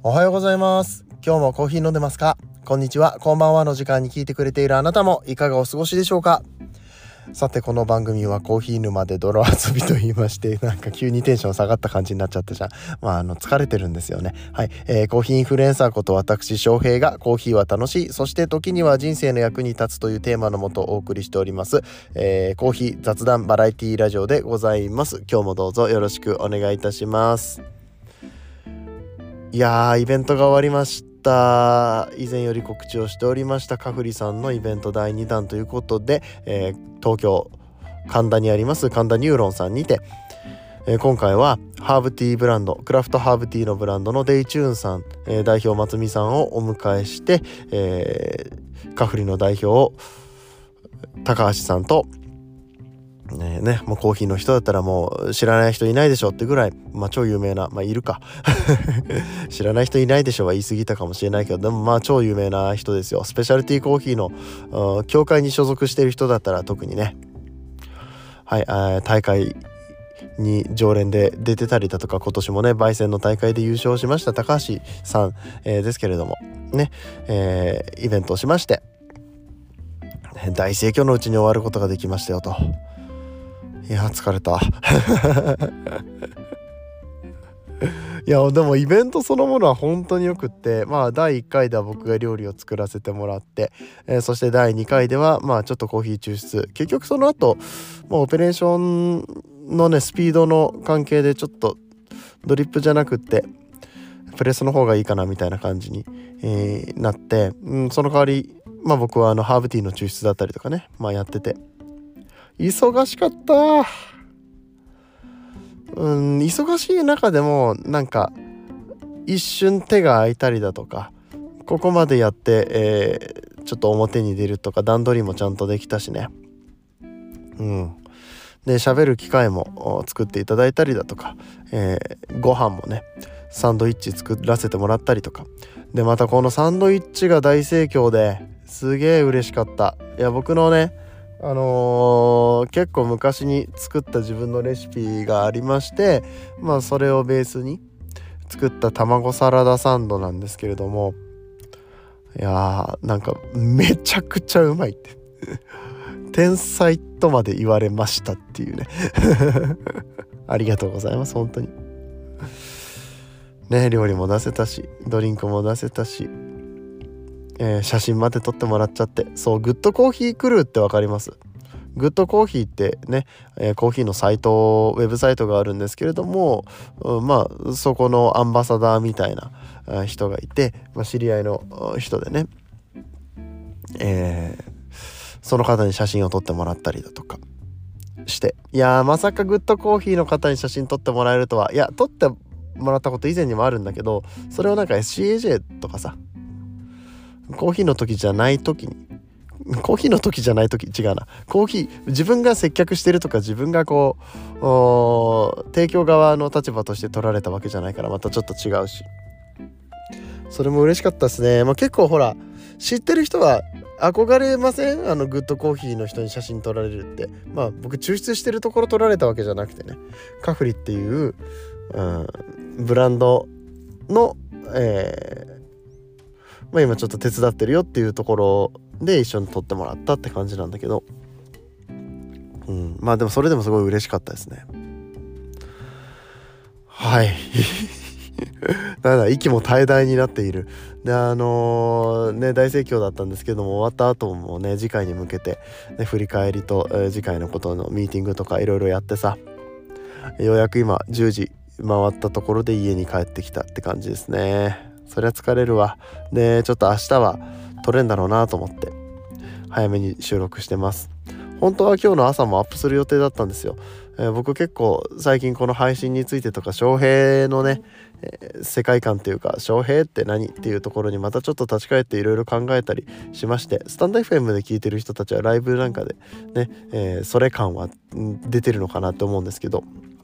おはようございます。今日もコーヒー飲んでますか？こんにちは、こんばんはの時間に聞いてくれているあなたもいかがお過ごしでしょうか？さて、この番組はコーヒー沼で泥遊びと言いまして、なんか急にテンション下がった感じになっちゃったじゃん。疲れてるんですよね。はい、コーヒーインフルエンサーこと私翔平がコーヒーは楽しい、そして時には人生の役に立つというテーマのもとお送りしております、コーヒー雑談バラエティラジオでございます。今日もどうぞよろしくお願いいたします。いやー、イベントが終わりました。以前より告知をしておりましたカフリさんのイベント第2弾ということで、東京神田にあります神田ニューロンさんにて、今回はハーブティーブランド、クラフトハーブティーのブランドのデイチューンさん、代表松見さんをお迎えして、カフリの代表高橋さんともうコーヒーの人だったらもう知らない人いないでしょってぐらい、超有名な、いるか知らない人いないでしょは言い過ぎたかもしれないけど、でも超有名な人ですよ。スペシャルティーコーヒーの協会に所属している人だったら特にね、はい、大会に常連で出てたりだとか、今年もね焙煎の大会で優勝しました高橋さん、ですけれどもね、イベントをしまして大盛況のうちに終わることができましたよと。いや疲れたいやでもイベントそのものは本当によくって、第1回では僕が料理を作らせてもらって、そして第2回ではちょっとコーヒー抽出、結局その後オペレーションのねスピードの関係でちょっとドリップじゃなくってプレスの方がいいかなみたいな感じに、なって、その代わり僕はハーブティーの抽出だったりとかねやってて忙しかった。忙しい中でもなんか一瞬手が空いたりだとか、ここまでやって、ちょっと表に出るとか段取りもちゃんとできたしね、で喋る機会も作っていただいたりだとか、ご飯もねサンドイッチ作らせてもらったりとかで、またこのサンドイッチが大盛況ですげえ嬉しかった。いや僕のね結構昔に作った自分のレシピがありまして、それをベースに作った卵サラダサンドなんですけれども、いやーなんかめちゃくちゃうまいって天才とまで言われましたっていうねありがとうございます本当にね。料理も出せたしドリンクも出せたし、写真まで撮ってもらっちゃって、そうグッドコーヒークルーってわかります？グッドコーヒーってね、コーヒーのサイト、ウェブサイトがあるんですけれども、そこのアンバサダーみたいな人がいて、知り合いの人でね、その方に写真を撮ってもらったりだとかして、いやまさかグッドコーヒーの方に写真撮ってもらえるとは。いや撮ってもらったこと以前にもあるんだけど、それをなんか SCAJ とかさ、コーヒーの時じゃない時に、コーヒーの時じゃない時違うな、コーヒー自分が接客してるとか自分がこう提供側の立場として取られたわけじゃないからまたちょっと違うし、それも嬉しかったですね。結構ほら知ってる人は憧れません？グッドコーヒーの人に写真撮られるって。僕抽出してるところ撮られたわけじゃなくてね、カフリっていう、ブランドの、今ちょっと手伝ってるよっていうところで一緒に撮ってもらったって感じなんだけど、でもそれでもすごい嬉しかったですね。はいなんだ息も絶え絶えになっている。で大盛況だったんですけども、終わった後もね次回に向けて、振り返りと、次回のことのミーティングとかいろいろやってさ、ようやく今10時回ったところで家に帰ってきたって感じですね。そりゃ疲れるわ。でちょっと明日は撮れんだろうなと思って早めに収録してます。本当は今日の朝もアップする予定だったんですよ。僕結構最近この配信についてとか翔平のね、世界観っていうか翔平って何っていうところにまたちょっと立ち返っていろいろ考えたりしまして、スタンド FM で聞いてる人たちはライブなんかでね、それ感は出てるのかなって思うんですけど、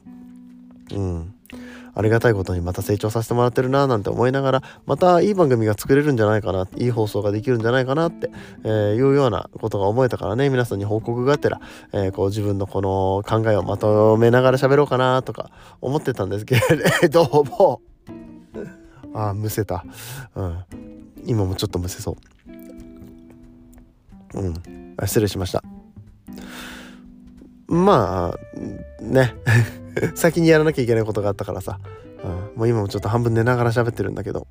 ありがたいことにまた成長させてもらってるななんて思いながら、またいい番組が作れるんじゃないかな、いい放送ができるんじゃないかなって、いうようなことが思えたからね、皆さんに報告があってら、こう自分のこの考えをまとめながら喋ろうかなとか思ってたんですけれどもむせた。今もちょっとむせそう。失礼しました。まあね先にやらなきゃいけないことがあったからさ、もう今もちょっと半分寝ながら喋ってるんだけど、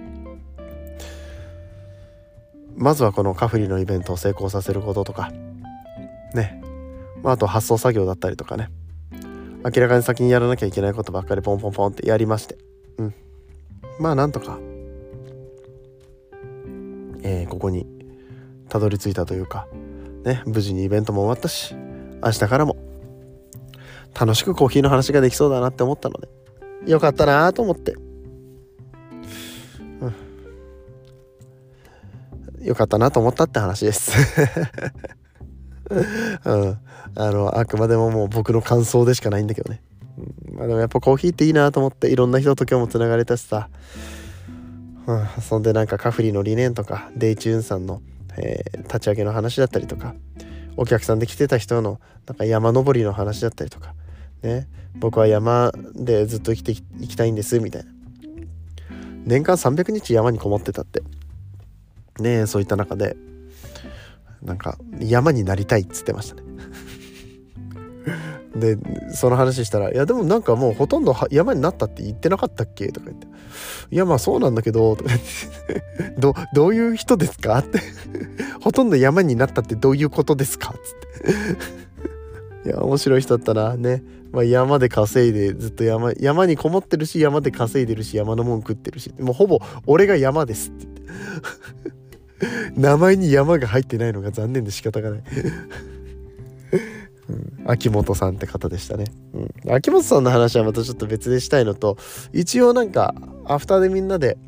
まずはこのカフリのイベントを成功させることとかね、あと発送作業だったりとかね、明らかに先にやらなきゃいけないことばっかりポンポンポンってやりまして、まあなんとか、ここにたどり着いたというかね、無事にイベントも終わったし、明日からも楽しくコーヒーの話ができそうだなって思ったのでよかったなと思って、よかったなと思ったって話ですあくまでももう僕の感想でしかないんだけどね。でもやっぱコーヒーっていいなと思って、いろんな人と今日もつながれたしさ、そんでなんかカフリの理念とかデイチューンさんの、立ち上げの話だったりとか、お客さんで来てた人のなんか山登りの話だったりとかね、僕は山でずっと生きていきたいんですみたいな、年間300日山にこもってたってね、そういった中でなんか山になりたいっつってましたねでその話したら、いやでもなんかもうほとんど山になったって言ってなかったっけとか言って、いやまあそうなんだけどとか言ってどういう人ですかってほとんど山になったってどういうことですかっつっていや面白い人だったなね。山で稼いでずっと山にこもってるし、山で稼いでるし、山のもん食ってるし、もうほぼ俺が山ですって言って名前に山が入ってないのが残念で仕方がない秋元さんって方でしたね。秋元さんの話はまたちょっと別でしたいのと、一応なんかアフターでみんなで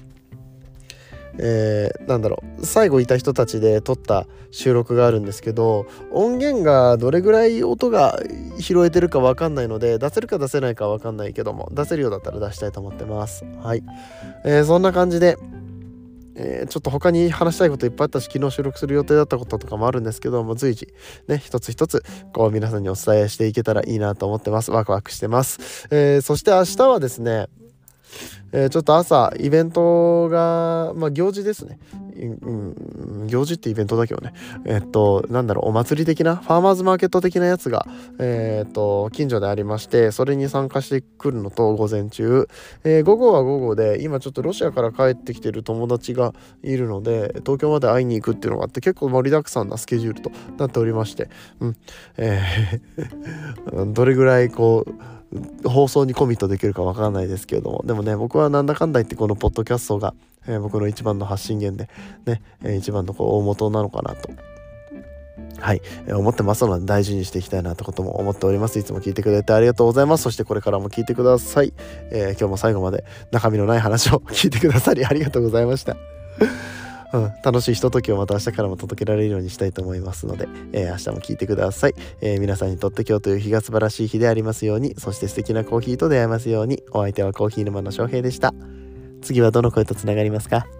最後いた人たちで撮った収録があるんですけど、音源がどれぐらい音が拾えてるか分かんないので、出せるか出せないか分かんないけども、出せるようだったら出したいと思ってます。はい、そんな感じで、ちょっと他に話したいこといっぱいあったし、昨日収録する予定だったこととかもあるんですけども、随時ね一つ一つこう皆さんにお伝えしていけたらいいなと思ってます。ワクワクしてます。そして明日はですね、ちょっと朝イベントが行事ですね。行事ってイベントだけどね、お祭り的なファーマーズマーケット的なやつが近所でありまして、それに参加してくるのと午前中、午後は午後で今ちょっとロシアから帰ってきてる友達がいるので東京まで会いに行くっていうのがあって、結構盛りだくさんなスケジュールとなっておりまして、どれぐらいこう放送にコミットできるかわからないですけれども、でもね僕はなんだかんだ言ってこのポッドキャストが、僕の一番の発信源でね、一番の大元なのかなと思ってますので、大事にしていきたいなとことも思っております。いつも聞いてくれてありがとうございます。そしてこれからも聞いてください。今日も最後まで中身のない話を聞いてくださりありがとうございました楽しいひとときをまた明日からも届けられるようにしたいと思いますので、明日も聞いてください。皆さんにとって今日という日が素晴らしい日でありますように、そして素敵なコーヒーと出会えますように。お相手はコーヒー沼の翔平でした。次はどの声とつながりますか？